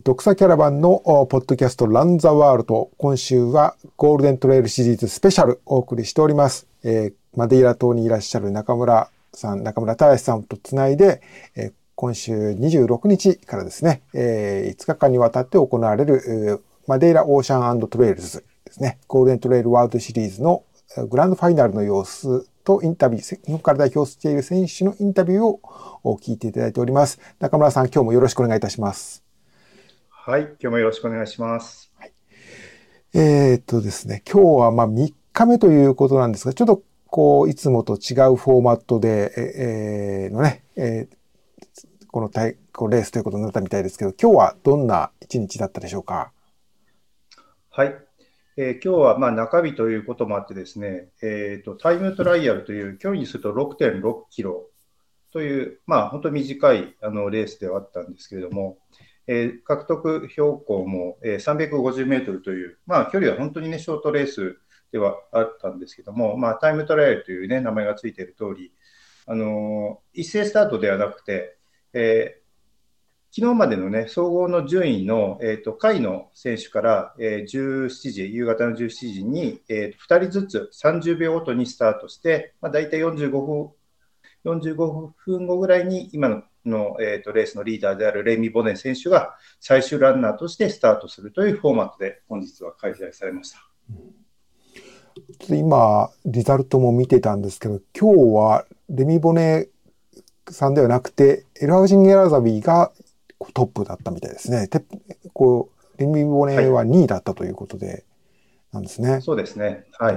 ドクサキャラバンのポッドキャストランザワールド。今週はゴールデントレイルシリーズスペシャルお送りしております。マデイラ島にいらっしゃる中村忠さんとつないで、今週26日からですね、5日間にわたって行われるマデイラオーシャン&トレイルズですね、ゴールデントレイルワールドシリーズのグランドファイナルの様子とインタビュー、日本から代表している選手のインタビューを聞いていただいております。中村さん、今日もよろしくお願いいたします。 はい、今日もよろしくお願いします。 はい、ですね、今日は3日目ということなんですが、ちょっといつもと違うフォーマットで、このレースということになったみたいですけど、今日はどんな一日だったでしょうか？ はい、今日は中日ということもあってですね、タイムトライアルという距離にすると 6.6 キロという、本当に短いレースではあったんですけれども、獲得標高も350メートルという、距離は本当にね、ショートレースではあったんですけども、タイムトライアルというね、名前がついている通り、一斉スタートではなくて、昨日までのね、総合の順位の、下位の選手から、17時、夕方の17時に、2人ずつ30秒ごとにスタートして、だいたい45分後ぐらいに今の、レースのリーダーであるレイミー・ボネン選手が最終ランナーとしてスタートするというフォーマットで本日は開催されました。 今、リザルトも見てたんですけど、今日はレミー・ボネさんではなくて、エルハウジン・エラザビーがトップだったみたいですね。レミー・ボネは2位だったということで、なんですね。 そうですね。はい。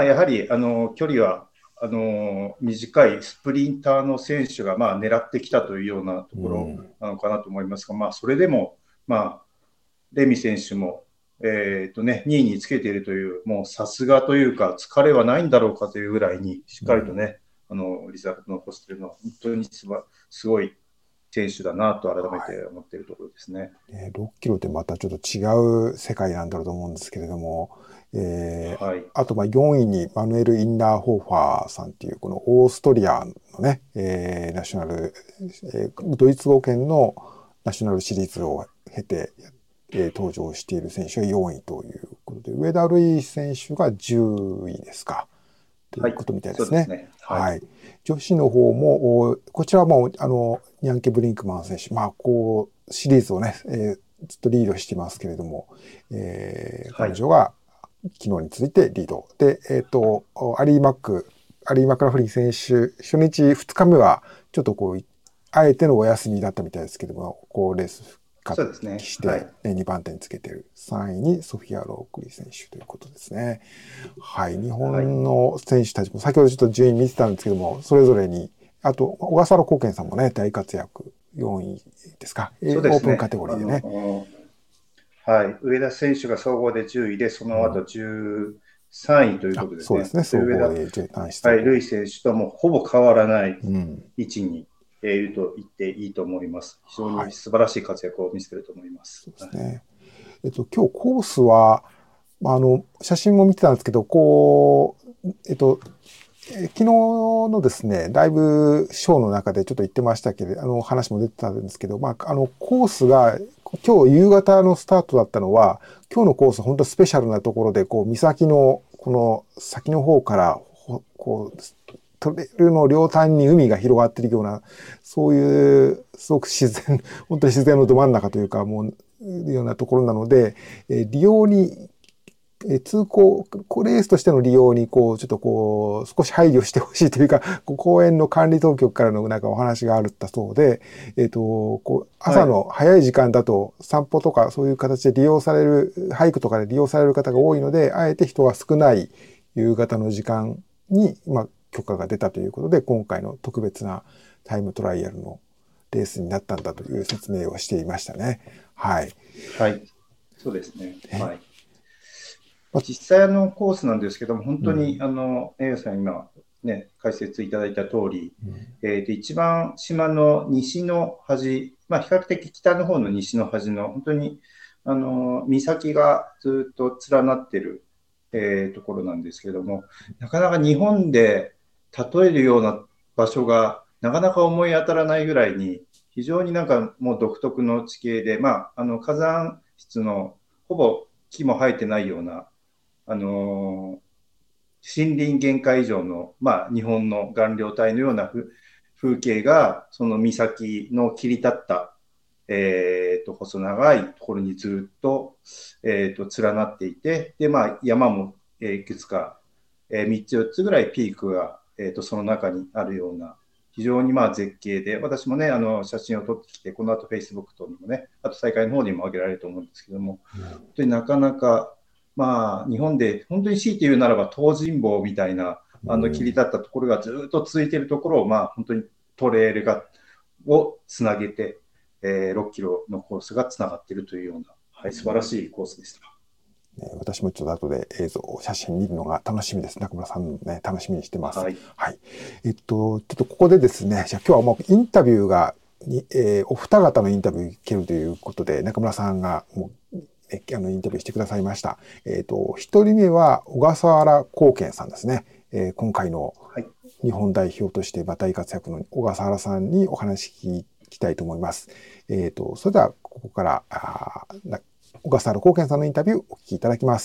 やはり、距離は、短いスプリンターの選手が、狙ってきたというようなところなのかなと思いますが、それでも、レミ選手も、2位につけているという、もうさすがというか、疲れはないんだろうかというぐらいに、しっかりとね、リザルトを残しているのは、本当にすごい選手だなと改めて思っているところですね。 6キロってまたちょっと違う世界なんだろうと思うんですけれども、あと4位にマヌエル・インナーホーファーさんっていうこのオーストリアのね、ナショナル、ドイツ語圏のナショナルシリーズを経て、登場している選手が4位ということで、上田瑠衣選手が10位ですか。ということみたいですね。 そうですね。 はい。女子の方も、こちらはもう、ニャンケ・ブリンクマン選手、シリーズをね、ずっとリードしていますけれども、彼女が昨日に続いてリード。で、アリー・マクラフリン選手、初日2日目は、ちょっとあえてのお休みだったみたいですけども、レース復活して、2番手につけている。3位にソフィア・ロークリー選手ということですね。はい。日本の選手たちも、先ほどちょっと順位見てたんですけども、それぞれに、あと、小笠原光健さんもね、大活躍、4位ですか。 そうですね。 オープンカテゴリーでね。 はい。上田選手が総合で10位で、その後13位ということですね。 そうですね。総合で男子総合。 はい。ルイ選手ともほぼ変わらない位置にいると言っていいと思います。非常に素晴らしい活躍を見せていると思います。 そうですね。今日コースは、写真も見てたんですけど、昨日のですね、ライブショーの中でちょっと言ってましたけれど、話も出てたんですけど、コースが、今日夕方のスタートだったのは、今日のコース本当スペシャルなところで、岬の、この先の方から、トレイルの両端に海が広がっているような、そういう、すごく本当に自然のど真ん中というか、もう、ようなところなので、利用に、レースとしての利用に、ちょっと少し配慮してほしいというか、公園の管理当局からのお話があったそうで、朝の早い時間だと散歩とかそういう形で利用される、ハイクとかで利用される方が多いので、あえて人が少ない夕方の時間に、許可が出たということで、今回の特別なタイムトライアルのレースになったんだという説明をしていましたね。はい。 はい。そうですね。はい。実際コースなんですけども、本当に、Aさん今、ね、解説いただいた通り、一番島の西の端、比較的北の方の西の端の、本当に、岬がずっと連なっている、ところなんですけども、なかなか日本で例えるような場所がなかなか思い当たらないぐらいに、 非常になんかもう独特の地形で、火山質のほぼ木も生えてないような、森林限界以上の、日本の岩稜帯のような風景が、その岬の切り立った、細長いところにずっと、連なっていて、で、山も、いくつか、3つ4つぐらいピークが、その中にあるような、非常に絶景で、私もね、写真を撮ってきて、この後 Facebook 等にもね、あと大会の方にも上げられると思うんですけども、本当になかなか、日本で本当に強いて言うならば東尋坊みたいな切り立ったところがずっと続いているところを、本当にトレイルをつなげて、6キロのコースがつながっているというような、素晴らしいコースでした。 私もちょっと後で写真見るのが楽しみです。中村さんのね、楽しみにしてます。はい。ちょっとここでですね、じゃあ今日はもうインタビューがお二方のインタビューいけるということで、中村さんがもうインタビューしてくださいました。一人目は小笠原光健さんですね。今回の日本代表として大活躍の小笠原さんにお話聞きたいと思います。それではここから小笠原光健さんのインタビューをお聞きいただきます。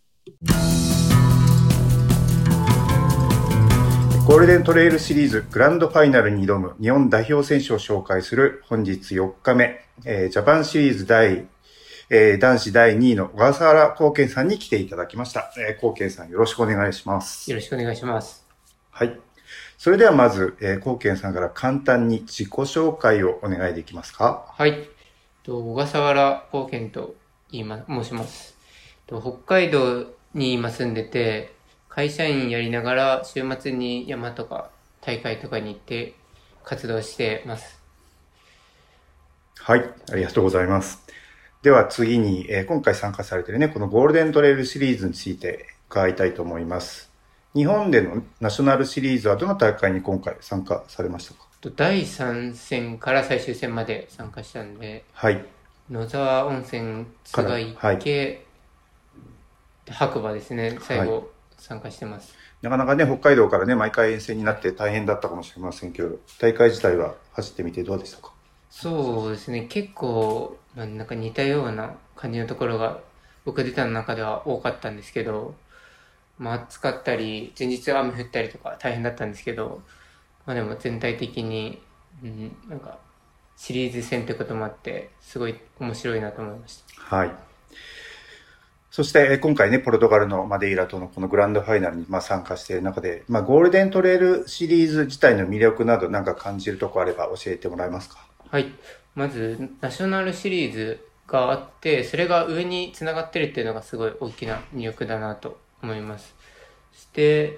ゴールデントレイルシリーズグランドファイナルに挑む日本代表選手を紹介する本日4日目、ジャパンシリーズ男子第2位の小笠原光健さんに来ていただきました。光健さんよろしくお願いします。 よろしくお願いします。 はい。それではまず、光健さんから簡単に自己紹介をお願いできますか？ はい。小笠原光健と申します。北海道に今住んでて、会社員やりながら週末に山とか大会とかに行って活動してます。 はい。ありがとうございます。では次に、今回参加されているね、このゴールデントレイルシリーズについて伺いたいと思います。日本でのナショナルシリーズはどの大会に今回参加されましたか？ 第3戦から最終戦まで参加したんで、 はい。 野沢温泉、津賀池、はい、白馬ですね、最後参加してます。 なかなかね、北海道からね、毎回遠征になって大変だったかもしれませんけど、大会自体は走ってみてどうでしたか？ そうですね、結構、なんか似たような感じのところが僕出たの中では多かったんですけど、暑かったり、前日雨降ったりとか大変だったんですけど、でも全体的に、なんかシリーズ戦ってこともあって、すごい面白いなと思いました。 はい。そして今回ね、ポルトガルのマデイラとのこのグランドファイナルに参加している中で、ゴールデントレイルシリーズ自体の魅力などなんか感じるところあれば教えてもらえますか？ はい。まず、ナショナルシリーズがあって、それが上につながってるっていうのがすごい大きな魅力だなと思います。そして、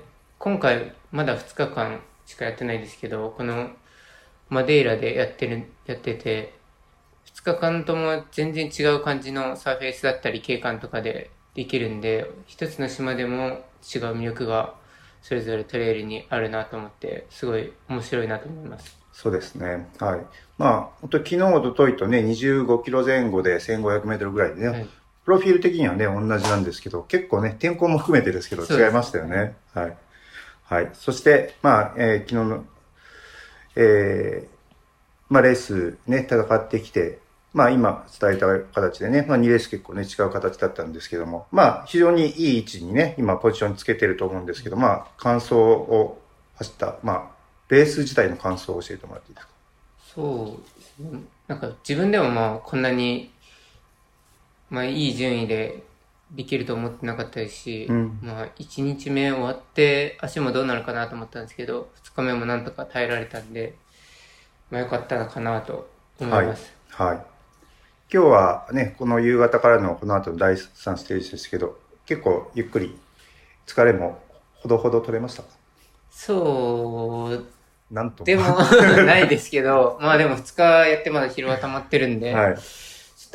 今回まだ2日間しかやってないですけど、このマデイラでやってて、2日間とも全然違う感じのサーフェイスだったり景観とかでできるんで、一つの島でも違う魅力がそれぞれトレイルにあるなと思って、すごい面白いなと思います。 そうですね。はい。本当昨日、一昨日とね、25キロ前後で1500メートルぐらいでね、はい、プロフィール的にはね、同じなんですけど、結構ね、天候も含めてですけど、違いましたよね。はい。はい。そして、昨日の、レースね、戦ってきて、今伝えた形でね、2レース結構ね、違う形だったんですけども、非常にいい位置にね、今ポジションつけてると思うんですけど、完走を走った、レース自体の感想を教えてもらっていいですか？ そうですね。なんか自分でもこんなに、いい順位でできると思ってなかったですし、1日目終わって足もどうなるかなと思ったんですけど、2日目もなんとか耐えられたんで、良かったのかなと思います。 はい。はい。今日はね、この夕方からのこの後の第3ステージですけど、結構ゆっくり疲れもほどほど取れましたか？ そうなんとでもないですけど、でも2日やってまだ疲労は溜まってるんで、はい、ちょっと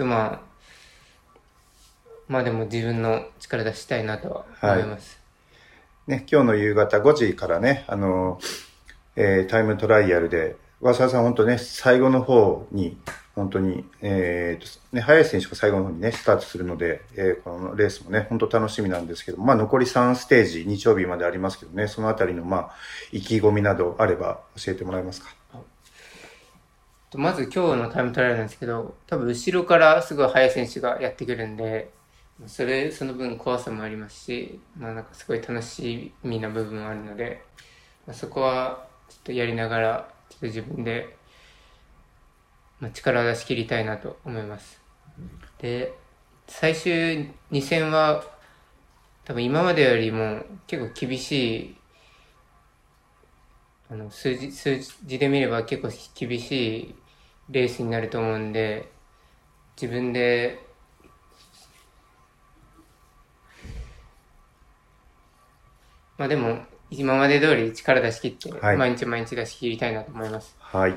でも自分の力出したいなとは思います。 はい、ね、今日の夕方5時からね、タイムトライアルで、小笠原さん本当ね、最後の方に、本当に、早い選手が最後の方にね、スタートするので、このレースもね、本当楽しみなんですけど、残り3ステージ、日曜日までありますけどね、そのあたりの、意気込みなどあれば教えてもらえますか？ そうですね。なんか自分でもこんなに、いい順位でできると思ってなかったですし、1日目終わって足もどうなるかなと思ったんですけど、2日目もなんとか耐えられたんで、良かったのかなと思います。 はい。 まず今日のタイムトライアルなんですけど、多分後ろからすごい速い選手がやってくるんで、その分怖さもありますし、なんかすごい楽しみな部分もあるので、そこはちょっとやりながら、ちょっと自分で、力を出し切りたいなと思います。で、最終2戦は、多分今までよりも結構厳しい、数字で見れば結構厳しいレースになると思うんで、自分で、でも、今まで通り力出し切って、毎日毎日出し切りたいなと思います。 はい。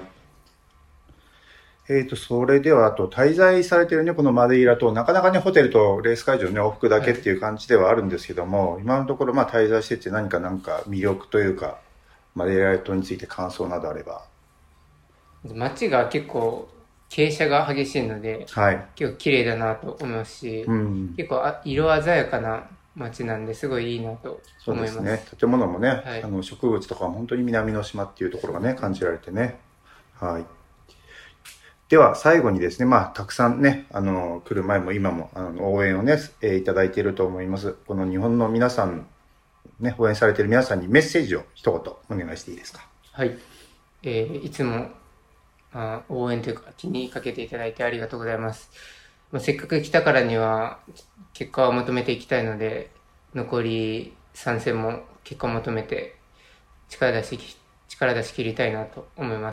それでは、あと、滞在されてるね、このマデイラと、なかなかね、ホテルとレース会場ね、往復だけっていう感じではあるんですけども、今のところ、滞在しててなんか魅力というか、マデイラ島について感想などあれば。 街が結構、傾斜が激しいので、結構綺麗だなと思いますし、結構色鮮やかな街なんですごいいいなと思います。 そうですね。建物もね、植物とかも本当に南の島っていうところがね、感じられてね。はい。では最後にですね、たくさんね、来る前も今も応援をね、いただいていると思います。この日本の皆さん、ね、応援されている皆さんにメッセージを一言お願いしていいですか。 はい。いつも、応援というか気にかけていただいてありがとうございます。せっかく来たからには結果を求めていきたいので、残り3戦も結果を求めて力出し切りたいなと思います。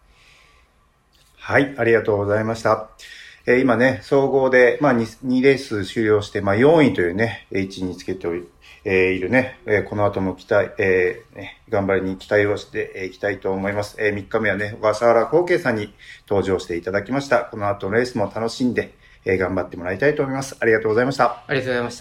はい、ありがとうございました。今ね、総合で、2レース終了して、4位というね、位置につけているね、この後も頑張りに期待をしていきたいと思います。3日目はね、小笠原光慶さんに登場していただきました。この後のレースも楽しんで、頑張ってもらいたいと思います。ありがとうございました。 ありがとうございました。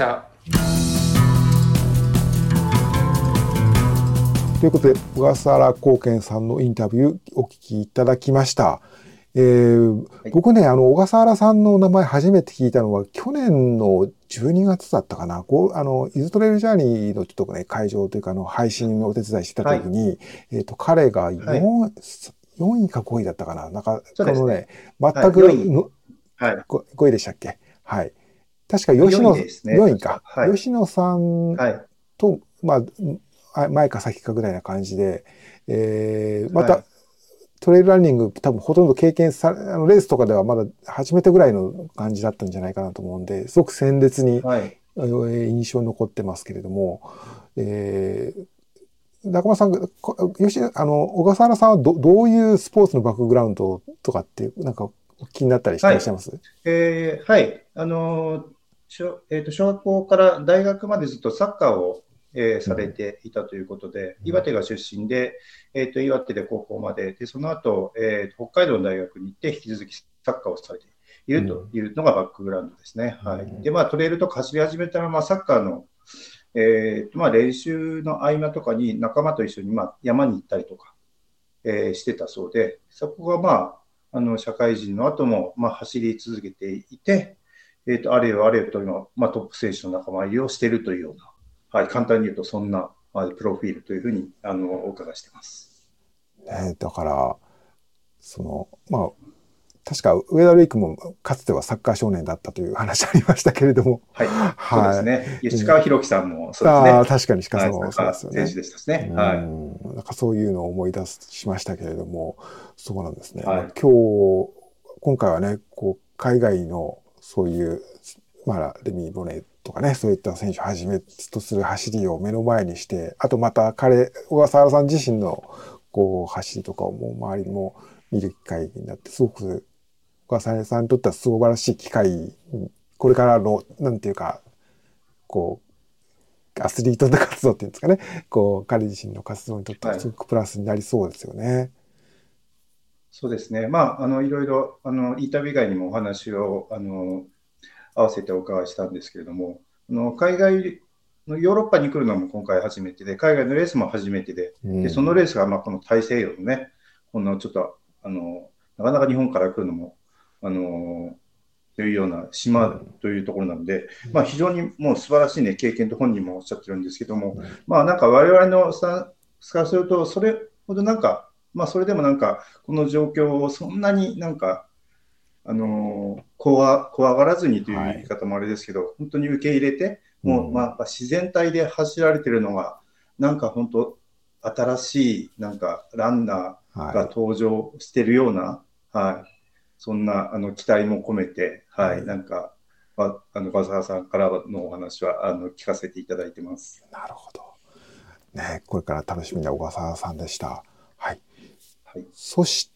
ということで、小笠原光慶さんのインタビューお聞きいただきました。僕ね、小笠原さんの名前初めて聞いたのは、去年の12月だったかな。イズトレイルジャーニーのちょっとね、会場というか、配信をお手伝いしてた時に、彼が4位か5位だったかな。なんか、このね、全く5位でしたっけ。はい。確か吉野、4位か。吉野さんと、前か先かぐらいな感じで、また、トレイルランニング多分ほとんど経験レースとかではまだ初めてぐらいの感じだったんじゃないかなと思うんで、すごく鮮烈に、印象に残ってますけれども、中間さん、小笠原さんはどういうスポーツのバックグラウンドとかってなんか気になったりしていらっしゃいます？ はい。小学校から大学までずっとサッカーをされていたということで、岩手が出身で、岩手で高校まで、その後、北海道の大学に行って引き続きサッカーをされているというのがバックグラウンドですね。はい。で、トレイルとか走り始めたら、サッカーの、練習の合間とかに仲間と一緒に、山に行ったりとか、してたそうで、そこが、社会人の後も、走り続けていて、あれよあれよというのトップ選手の仲間入りをしているというような、はい、簡単に言うとそんなプロフィールというふうにお伺いしてます。 だから確か上田瑠衣君もかつてはサッカー少年だったという話ありましたけれども、 はい、そうですね。石川博樹さんもそうですね。 確かに石川さんもそうですよね。 選手でしたしね。はい。 なんかそういうのを思い出しましたけれども、そうなんですね。今回はね、海外のそういうレミー・ボネとかね、そういった選手をはじめとする走りを目の前にして、あとまた小笠原さん自身の走りとかを周りも見る機会になって、すごく小笠原さんにとっては素晴らしい機会、これからの、なんていうか、アスリートの活動っていうんですかね、彼自身の活動にとってはすごくプラスになりそうですよね。 そうですね。いろいろ、インタビュー以外にもお話を、合わせてお伺いしたんですけれども、海外のヨーロッパに来るのも今回初めてで、海外のレースも初めてで、そのレースがこの大西洋のね、ちょっとなかなか日本から来るのもというような島というところなので、非常にもう素晴らしいね経験と本人もおっしゃってるんですけども、なんか我々のスタンスからするとそれほどなんかまあ、それでもなんか、この状況をそんなになんか、怖がらずにという言い方もあれですけど、本当に受け入れて、もう、まあ、自然体で走られてるのが、なんか本当、新しい、なんか、ランナーが登場してるような、はい。そんな、期待も込めて、はい。なんか、小沢さんからのお話は、聞かせていただいてます。 なるほど。ね、これから楽しみな小笠原さんでした。はい。はい、そして、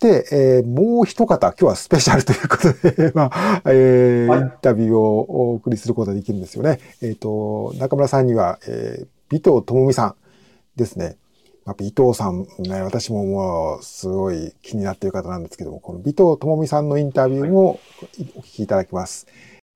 もう一方、今日はスペシャルということで、まあ、はい、インタビューをお送りすることができるんですよね。中村さんには、尾藤智美さんですね。尾藤さんね、私ももうすごい気になっている方なんですけども、この尾藤智美さんのインタビューもお聞きいただきます。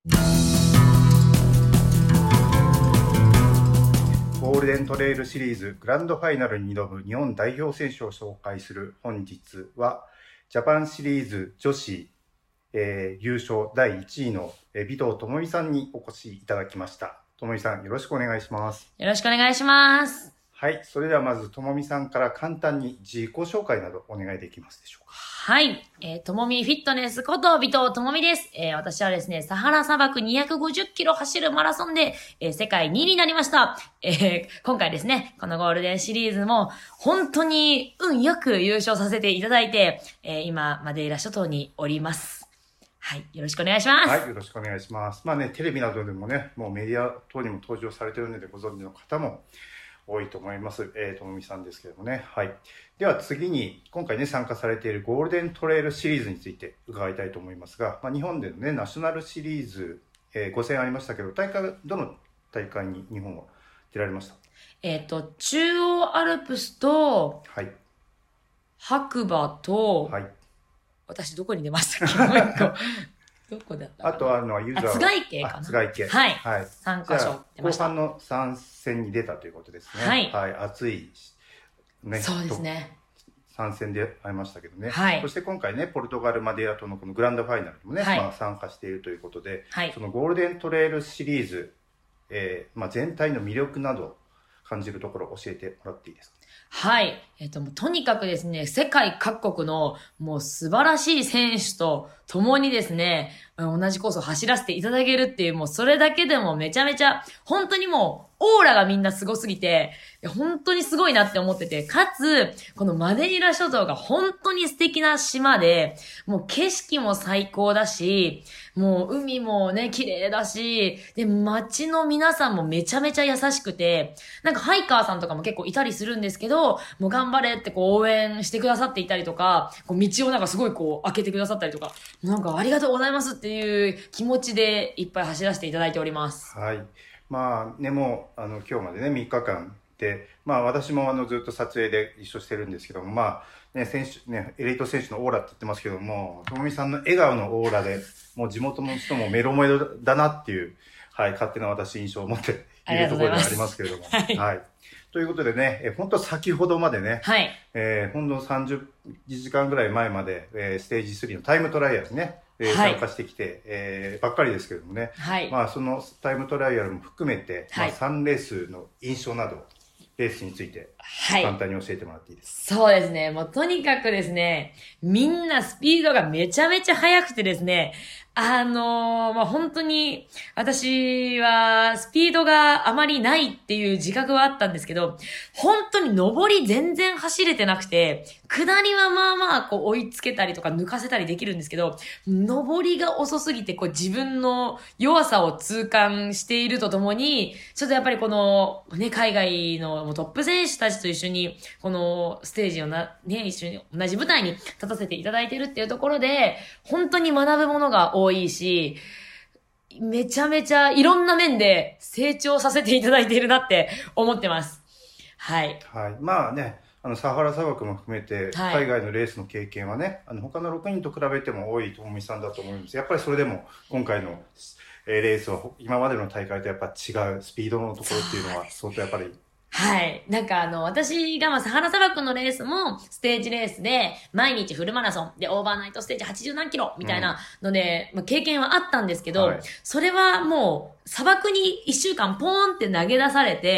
ゴールデントレイルシリーズグランドファイナルに挑む日本代表選手を紹介する本日は、ジャパンシリーズ女子、優勝第1位の尾藤智美さんにお越しいただきました。智美さん、よろしくお願いします。 よろしくお願いします。 はい。それではまず、ともみさんから簡単に自己紹介などお願いできますでしょうか。 はい。ともみフィットネスこと尾藤ともみです。私はですね、サハラ砂漠250キロ走るマラソンで、世界2位になりました。今回ですね、このゴールデンシリーズも本当に運よく優勝させていただいて、今、マデイラ諸島におります。はい。よろしくお願いします。 はい。よろしくお願いします。まあね、テレビなどでもね、もうメディア等にも登場されているのでご存知の方も多いと思います。ともみさんですけれどもね。はい。では次に、今回ね、参加されているゴールデントレイルシリーズについて伺いたいと思いますが、日本でのね、ナショナルシリーズ、5戦ありましたけど、どの大会に日本は出られました？ 中央アルプスと、 はい。 白馬と、 はい。 私どこに出ましたっけ？もう一個。どこだったあとユーザー津軽池かな。 津軽池。 はい。 はい。 3カ所出ました。 後半の3戦に出たということですね。 はい。 はい。熱い、ね。 そうですね。 参戦でありましたけどね。 はい。 そして今回ね、ポルトガルマデイラ島のこのグランドファイナルにもね、はい、参加しているということで、はい。そのゴールデントレイルシリーズ、全体の魅力など感じるところを教えてもらっていいですか？ はい。もうとにかくですね、世界各国のもう素晴らしい選手と共にですね、同じコースを走らせていただけるっていう、もうそれだけでもめちゃめちゃ、本当にもうオーラがみんなすごすぎて、本当にすごいなって思ってて、かつ、このマデイラ諸島が本当に素敵な島で、もう景色も最高だし、もう海もね、綺麗だし、で、街の皆さんもめちゃめちゃ優しくて、なんかハイカーさんとかも結構いたりするんですけど、もう頑張れってこう応援してくださっていたりとか、こう道をなんかすごいこう開けてくださったりとか、なんかありがとうございますっていう気持ちでいっぱい走らせていただいております。 はい。まあね、もう今日までね、3日間で、私もずっと撮影で一緒してるんですけども、ね、エリート選手のオーラって言ってますけども、ともみさんの笑顔のオーラで、もう地元の人もメロメロだなっていう、はい、勝手な私印象を持っているところでありますけれども。はい。ということでね、本当先ほどまでね、 はい。 本当30時間ぐらい前まで、ステージ3のタイムトライアルにね、参加してきて、ばっかりですけれどもね。 はい。 そのタイムトライアルも含めて、はい、3レースの印象など、レースについて、簡単に教えてもらっていいですか？そうですね。もうとにかくですね、みんなスピードがめちゃめちゃ速くてですね、本当に、私は、スピードがあまりないっていう自覚はあったんですけど、本当に上り全然走れてなくて、下りはこう追いつけたりとか抜かせたりできるんですけど、上りが遅すぎて、こう自分の弱さを痛感しているとともに、ちょっとやっぱりこの、ね、海外のトップ選手たちと一緒に、このステージを一緒に同じ舞台に立たせていただいているっていうところで、本当に学ぶものが多いし、めちゃめちゃいろんな面で成長させていただいているなって思ってます。はい。 はい。まあね、サハラ砂漠も含めて、海外のレースの経験はね、他の6人と比べても多いともみさんだと思うんです。やっぱりそれでも、今回のレースは今までの大会とやっぱ違うスピードのところっていうのは相当やっぱりはい。なんか私がサハラ砂漠のレースも、ステージレースで、毎日フルマラソンで、オーバーナイトステージ80何キロみたいなので、経験はあったんですけど、はい、それはもう、砂漠に1週間ポーンって投げ出されて、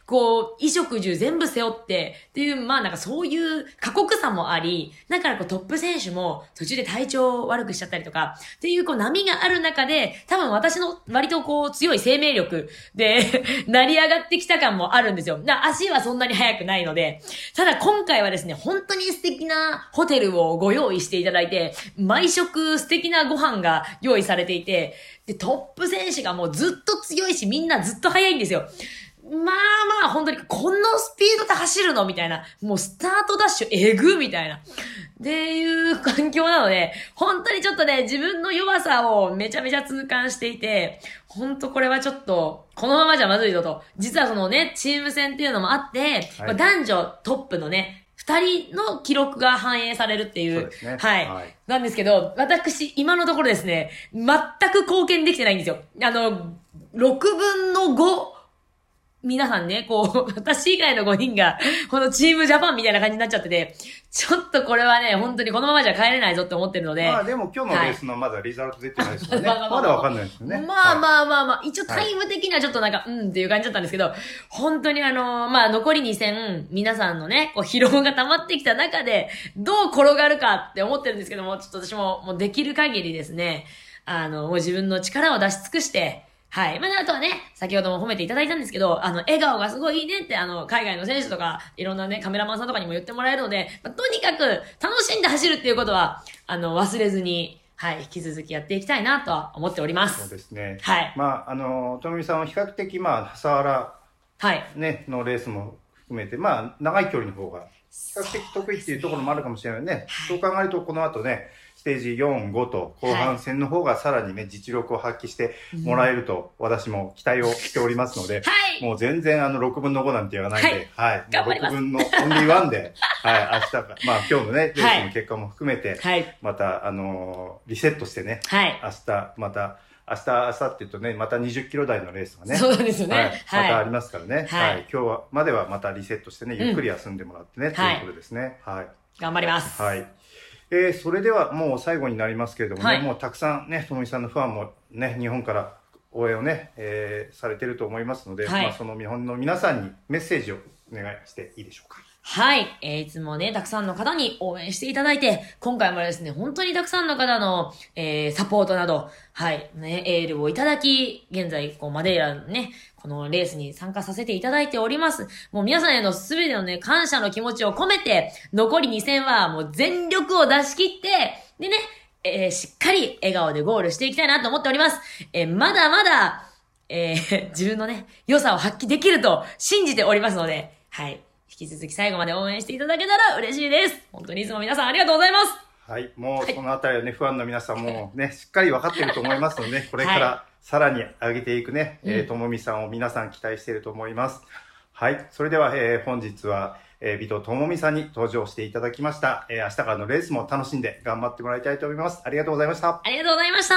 こう、衣食住全部背負ってっていう、まあなんかそういう過酷さもあり、だからこうトップ選手も途中で体調を悪くしちゃったりとか、っていうこう波がある中で、多分私の割とこう強い生命力で成り上がってきた感もあるんですよ。足はそんなに速くないので、ただ今回はですね、本当に素敵なホテルをご用意していただいて、毎食素敵なご飯が用意されていて、で、トップ選手がもうずっと強いし、みんなずっと速いんですよ。まあ本当にこのスピードで走るのみたいな。もうスタートダッシュえぐみたいな。っていう環境なので、本当にちょっとね、自分の弱さをめちゃめちゃ痛感していて、本当これはちょっと、このままじゃまずいぞと。実はそのね、チーム戦っていうのもあって、はい、男女トップのね、二人の記録が反映されるっていう。 そうですね。 はい。はい、なんですけど、私、今のところですね、全く貢献できてないんですよ。6分の5、皆さんね、こう、私以外の5人が、このチームジャパンみたいな感じになっちゃってて、ちょっとこれはね、本当にこのままじゃ帰れないぞって思ってるので。 まあでも今日のレースのまだリザルト出てないですよね。まだわかんないですよね。 まあ、一応タイム的にはちょっとなんか、っていう感じだったんですけど、本当に残り2戦、皆さんのね、こう疲労が溜まってきた中で、どう転がるかって思ってるんですけども、ちょっと私もうできる限りですね、もう自分の力を出し尽くして、はい。まあ、あとはね、先ほども褒めていただいたんですけど、笑顔がすごいいいねって、海外の選手とか、いろんなね、カメラマンさんとかにも言ってもらえるので、とにかく楽しんで走るっていうことは、忘れずに、はい、引き続きやっていきたいなとは思っております。 そうですね。 はい。 まあ、ともみさんは比較的、笠原、 はい。 ね、のレースも含めて、長い距離の方が、比較的得意っていうところもあるかもしれないね。そう考えると、この後ね、ステージ4、5と後半戦の方がさらにね、実力を発揮してもらえると私も期待をしておりますので、はい、もう全然6分の5なんて言わないで、はい。6分のオンリーワンで、はい、明日か、今日のね、レースの結果も含めて、はい、また、リセットしてね、はい、明日、明後日とね、また20キロ台のレースがね、 そうですね。 はい、またありますからね、はい。今日まではまたリセットしてね、ゆっくり休んでもらってね、ということですね。はい。 頑張ります。 はい。それではもう最後になりますけれどもね、はい、もうたくさんね、ともみさんのファンもね、日本から応援をね、されてると思いますので、はい、その日本の皆さんにメッセージをお願いしていいでしょうか。 はい。いつもね、たくさんの方に応援していただいて、今回もですね、本当にたくさんの方の、サポートなど、はい、ね、エールをいただき、現在、マデイラのね、このレースに参加させていただいております。もう皆さんへのすべてのね、感謝の気持ちを込めて、残り2戦はもう全力を出し切って、でね、しっかり笑顔でゴールしていきたいなと思っております。まだまだ、自分のね、良さを発揮できると信じておりますので、はい。引き続き最後まで応援していただけたら嬉しいです。本当にいつも皆さんありがとうございます。 はい。もうそのあたりはね、ファンの皆さんもね、しっかり分かっていると思いますので、これからさらに上げていくね、ともみさんを皆さん期待していると思います。はい。それでは、本日は、尾藤ともみさんに登場していただきました。明日からのレースも楽しんで頑張ってもらいたいと思います。ありがとうございました。 ありがとうございました。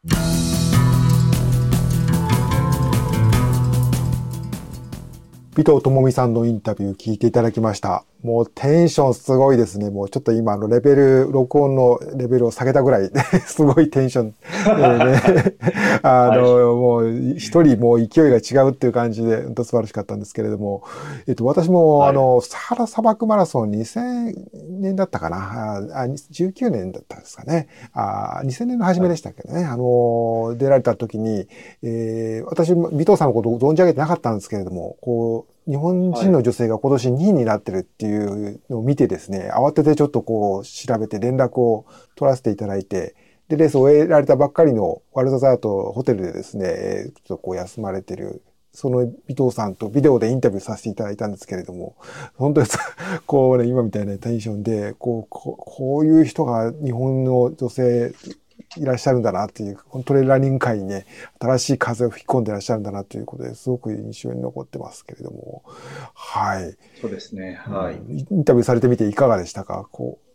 尾藤智美さんのインタビュー聞いていただきました。もうテンションすごいですね。もうちょっと今レベル、録音のレベルを下げたぐらいすごいテンションでね、もう一人もう勢いが違うっていう感じで素晴らしかったんですけれども、私も、はい、サハラ砂漠マラソン2000年だったかな、19年だったんですかね。2000年の初めでしたけどね、出られた時に、私、尾藤さんのことを存じ上げてなかったんですけれども、日本人の女性が今年2位になってるっていうのを見てですね、慌ててちょっと調べて連絡を取らせていただいて、で、レースを終えられたばっかりのワルザザートホテルでですね、ちょっと休まれてる、その尾藤さんとビデオでインタビューさせていただいたんですけれども、本当に今みたいなテンションで、こういう人が日本の女性、いらっしゃるんだなっていう、トレーラーニング界にね、新しい風を吹き込んでいらっしゃるんだなということですごく印象に残ってますけれども、はい。 そうですね。はい。 インタビューされてみていかがでしたか？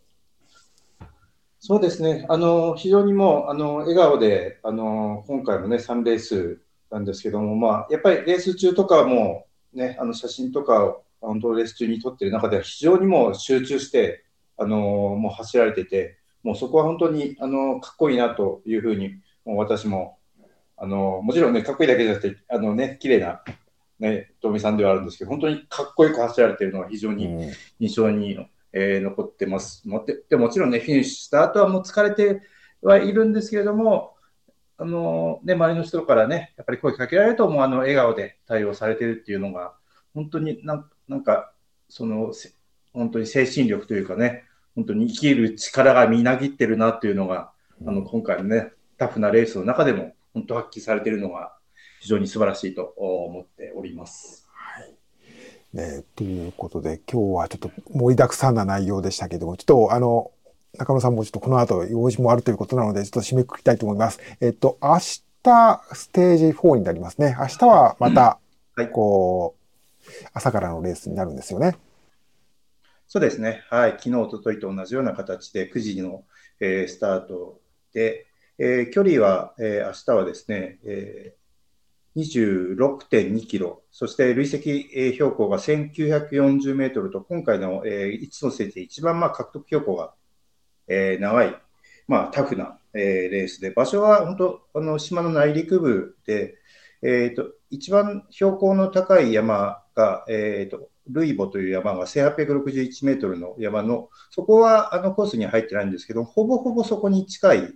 そうですね。非常にもう、笑顔で、今回もね、3レースなんですけども、やっぱりレース中とかも、ね、写真とかを、レース中に撮ってる中では非常にもう集中して、もう走られてて、もうそこは本当にかっこいいなというふうにもう私ももちろんねかっこいいだけじゃなくてね綺麗なね、トミさんではあるんですけど、本当にかっこよく走られているのが非常に印象に、残ってます。でもちろんね、フィニッシュした後はもう疲れてはいるんですけれども、周りの人からね、やっぱり声かけられると、もう笑顔で対応されているっていうのが、本当になんか、本当に精神力というかね、本当に生きる力がみなぎってるなっていうのが、今回のね、タフなレースの中でも、本当発揮されているのが、非常に素晴らしいと思っております。 はいね、ということで、今日はちょっと盛りだくさんな内容でしたけども、ちょっと中野さんもちょっとこの後用事もあるということなので、ちょっと締めくくりたいと思います。明日ステージ4になりますね。明日はまた、朝からのレースになるんですよね。 そうですね。はい。昨日、おとといと同じような形で9時の、スタートで、距離は、明日はですね、26.2 キロ、そして累積標高が1940メートルと、今回の5つのステージで一番獲得標高が長い、タフなレースで、場所は本当、島の内陸部で、一番標高の高い山が、ルイボという山が1861メートルの山の、そこはコースに入ってないんですけど、ほぼほぼそこに近い、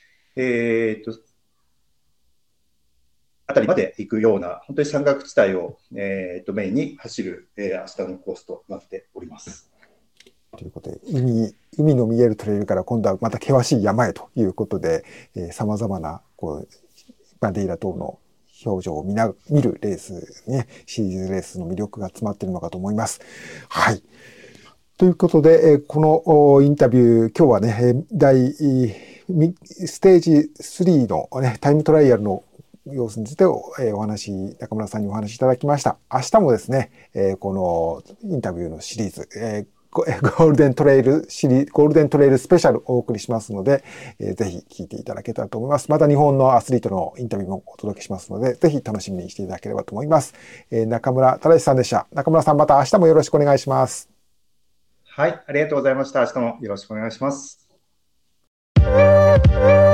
あたりまで行くような、本当に山岳地帯を、メインに走る、明日のコースとなっております。 ということで、海の見えるトレイルから今度はまた険しい山へということで、様々なバディーラ等の表情を見るレースね、シリーズレースの魅力が詰まっているのかと思います。はい。ということで、このインタビュー、今日はね、ステージ3の、ね、タイムトライアルの様子について中村さんにお話しいただきました。明日もですね、このインタビューのシリーズ、ゴールデントレイルスペシャルをお送りしますので、ぜひ聞いていただけたらと思います。また日本のアスリートのインタビューもお届けしますので、ぜひ楽しみにしていただければと思います。中村忠さんでした。中村さん、また明日もよろしくお願いします。 はい、ありがとうございました。明日もよろしくお願いします。